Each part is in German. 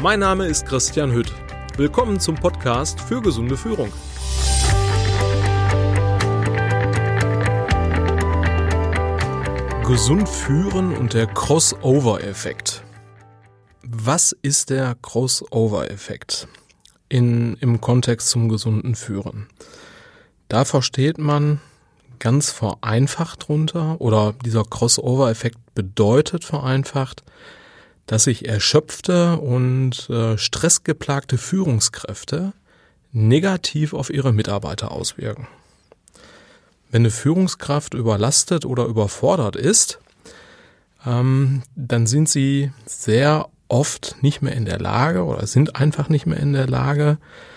Mein Name ist Christian Hütt. Willkommen zum Podcast für gesunde Führung. Gesund führen und der Crossover-Effekt. Was ist der Crossover-Effekt im Kontext zum gesunden Führen? Da versteht man ganz vereinfacht drunter, oder dieser Crossover-Effekt bedeutet vereinfacht, dass sich erschöpfte und stressgeplagte Führungskräfte negativ auf ihre Mitarbeiter auswirken. Wenn eine Führungskraft überlastet oder überfordert ist, dann sind sie sehr oft nicht mehr in der Lage oder sind einfach nicht mehr in der Lage,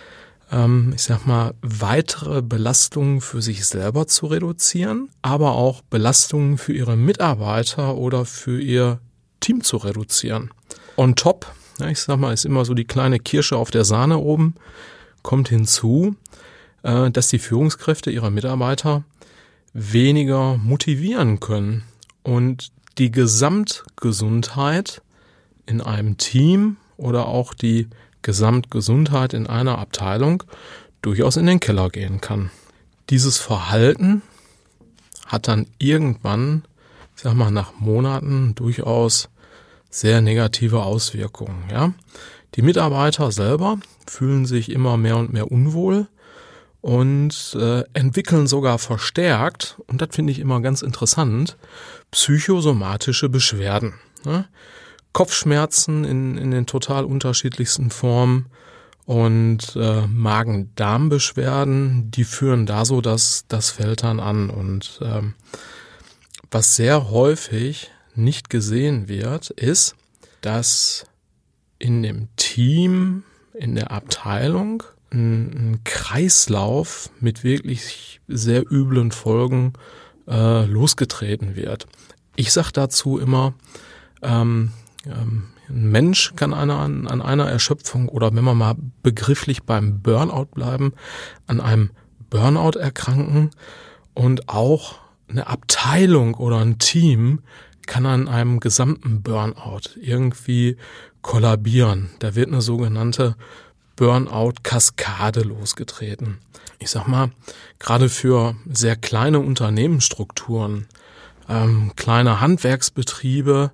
weitere Belastungen für sich selber zu reduzieren, aber auch Belastungen für ihre Mitarbeiter oder für ihr Team zu reduzieren. On top, ist immer so die kleine Kirsche auf der Sahne oben, kommt hinzu, dass die Führungskräfte ihre Mitarbeiter weniger motivieren können und die Gesamtgesundheit in einem Team oder auch die Gesamtgesundheit in einer Abteilung durchaus in den Keller gehen kann. Dieses Verhalten hat dann irgendwann, nach Monaten durchaus sehr negative Auswirkungen. Ja? Die Mitarbeiter selber fühlen sich immer mehr und mehr unwohl und entwickeln sogar verstärkt, und das finde ich immer ganz interessant, psychosomatische Beschwerden. Ne? Kopfschmerzen in den total unterschiedlichsten Formen und Magen-Darm-Beschwerden, die führen da so das Feld dann an. Und was sehr häufig nicht gesehen wird, ist, dass in dem Team, in der Abteilung ein Kreislauf mit wirklich sehr üblen Folgen losgetreten wird. Ich sage dazu immer, ein Mensch kann an einer Erschöpfung oder, wenn wir mal begrifflich beim Burnout bleiben, an einem Burnout erkranken, und auch eine Abteilung oder ein Team kann an einem gesamten Burnout irgendwie kollabieren. Da wird eine sogenannte Burnout-Kaskade losgetreten. Ich sag mal, gerade für sehr kleine Unternehmensstrukturen, kleine Handwerksbetriebe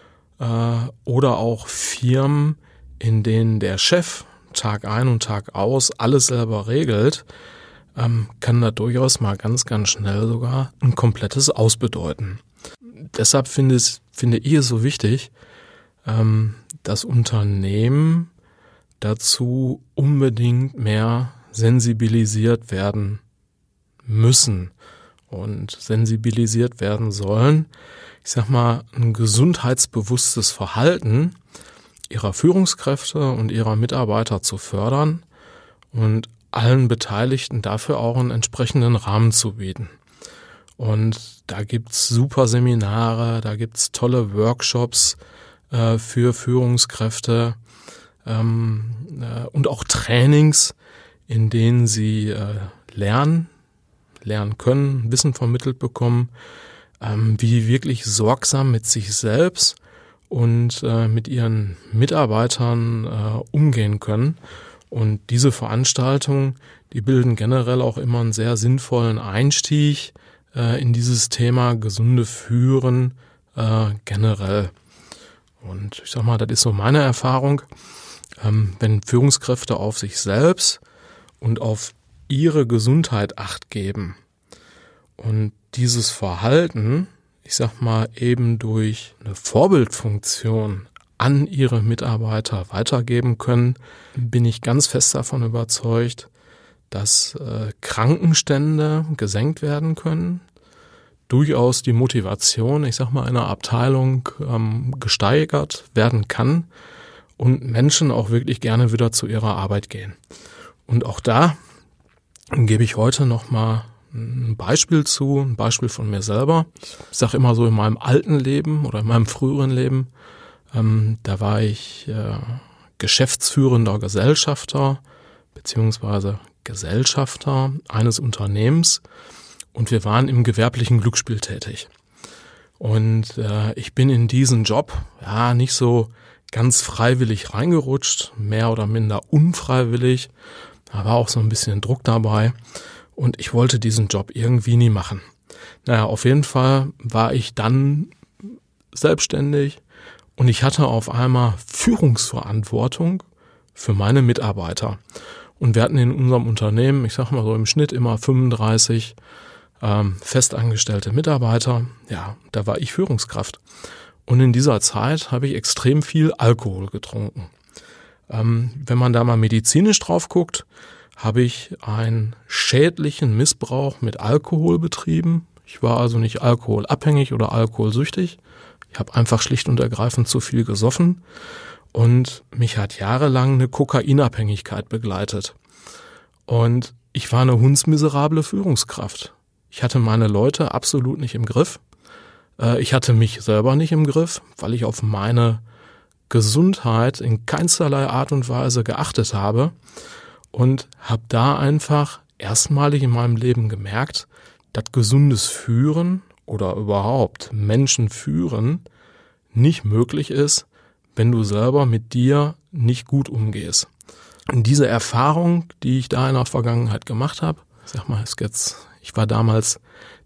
oder auch Firmen, in denen der Chef Tag ein und Tag aus alles selber regelt, kann da durchaus mal ganz, ganz schnell sogar ein komplettes Aus bedeuten. Deshalb finde ich es so wichtig, dass Unternehmen dazu unbedingt mehr sensibilisiert werden müssen und sensibilisiert werden sollen. Ein gesundheitsbewusstes Verhalten ihrer Führungskräfte und ihrer Mitarbeiter zu fördern und allen Beteiligten dafür auch einen entsprechenden Rahmen zu bieten. Und da gibt's super Seminare, da gibt's tolle Workshops für Führungskräfte und auch Trainings, in denen sie lernen können, Wissen vermittelt bekommen, wie wirklich sorgsam mit sich selbst und mit ihren Mitarbeitern umgehen können. Und diese Veranstaltungen, die bilden generell auch immer einen sehr sinnvollen Einstieg in dieses Thema gesunde Führen generell. Und das ist so meine Erfahrung, wenn Führungskräfte auf sich selbst und auf ihre Gesundheit Acht geben und dieses Verhalten, eben durch eine Vorbildfunktion an ihre Mitarbeiter weitergeben können, bin ich ganz fest davon überzeugt, dass Krankenstände gesenkt werden können, durchaus die Motivation, einer Abteilung gesteigert werden kann und Menschen auch wirklich gerne wieder zu ihrer Arbeit gehen. Und auch da gebe ich heute nochmal ein Beispiel von mir selber. Ich sage immer so, in meinem alten Leben oder in meinem früheren Leben, da war ich geschäftsführender Gesellschafter beziehungsweise Gesellschafter eines Unternehmens, und wir waren im gewerblichen Glücksspiel tätig. Und ich bin in diesen Job nicht so ganz freiwillig reingerutscht, mehr oder minder unfreiwillig. Da war auch so ein bisschen Druck dabei und ich wollte diesen Job irgendwie nie machen. Naja, auf jeden Fall war ich dann selbstständig und ich hatte auf einmal Führungsverantwortung für meine Mitarbeiter. Und wir hatten in unserem Unternehmen, ich sag mal so im Schnitt immer 35 festangestellte Mitarbeiter. Ja, da war ich Führungskraft. Und in dieser Zeit habe ich extrem viel Alkohol getrunken. Wenn man da mal medizinisch drauf guckt, habe ich einen schädlichen Missbrauch mit Alkohol betrieben. Ich war also nicht alkoholabhängig oder alkoholsüchtig. Ich habe einfach schlicht und ergreifend zu viel gesoffen. Und mich hat jahrelang eine Kokainabhängigkeit begleitet. Und ich war eine hundsmiserable Führungskraft. Ich hatte meine Leute absolut nicht im Griff. Ich hatte mich selber nicht im Griff, weil ich auf meine Gesundheit in keinsterlei Art und Weise geachtet habe. Und habe da einfach erstmalig in meinem Leben gemerkt, dass gesundes Führen oder überhaupt Menschen führen nicht möglich ist, wenn du selber mit dir nicht gut umgehst. Und diese Erfahrung, die ich da in der Vergangenheit gemacht habe, ich war damals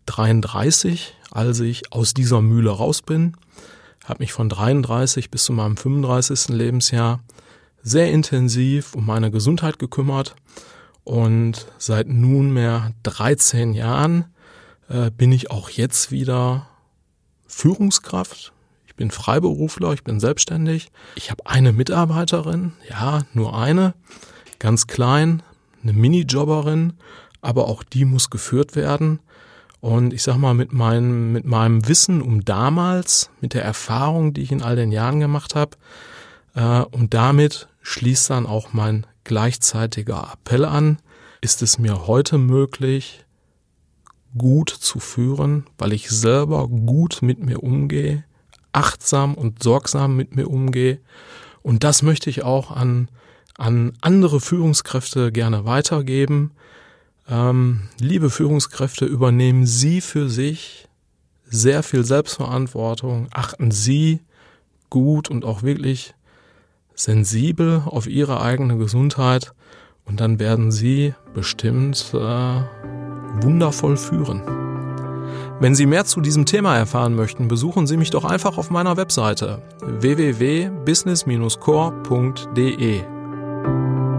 33, als ich aus dieser Mühle raus bin, habe mich von 33 bis zu meinem 35. Lebensjahr sehr intensiv um meine Gesundheit gekümmert und seit nunmehr 13 Jahren bin ich auch jetzt wieder Führungskraft. Ich bin Freiberufler, ich bin selbstständig. Ich habe eine Mitarbeiterin, ja, nur eine, ganz klein, eine Minijobberin, aber auch die muss geführt werden. Und ich sag mal, mit meinem Wissen um damals, mit der Erfahrung, die ich in all den Jahren gemacht habe, und damit schließt dann auch mein gleichzeitiger Appell an, ist es mir heute möglich, gut zu führen, weil ich selber gut mit mir umgehe, achtsam und sorgsam mit mir umgehe. Und das möchte ich auch an andere Führungskräfte gerne weitergeben. Liebe Führungskräfte, übernehmen Sie für sich sehr viel Selbstverantwortung, achten Sie gut und auch wirklich sensibel auf Ihre eigene Gesundheit und dann werden Sie bestimmt wundervoll führen. Wenn Sie mehr zu diesem Thema erfahren möchten, besuchen Sie mich doch einfach auf meiner Webseite www.business-core.de.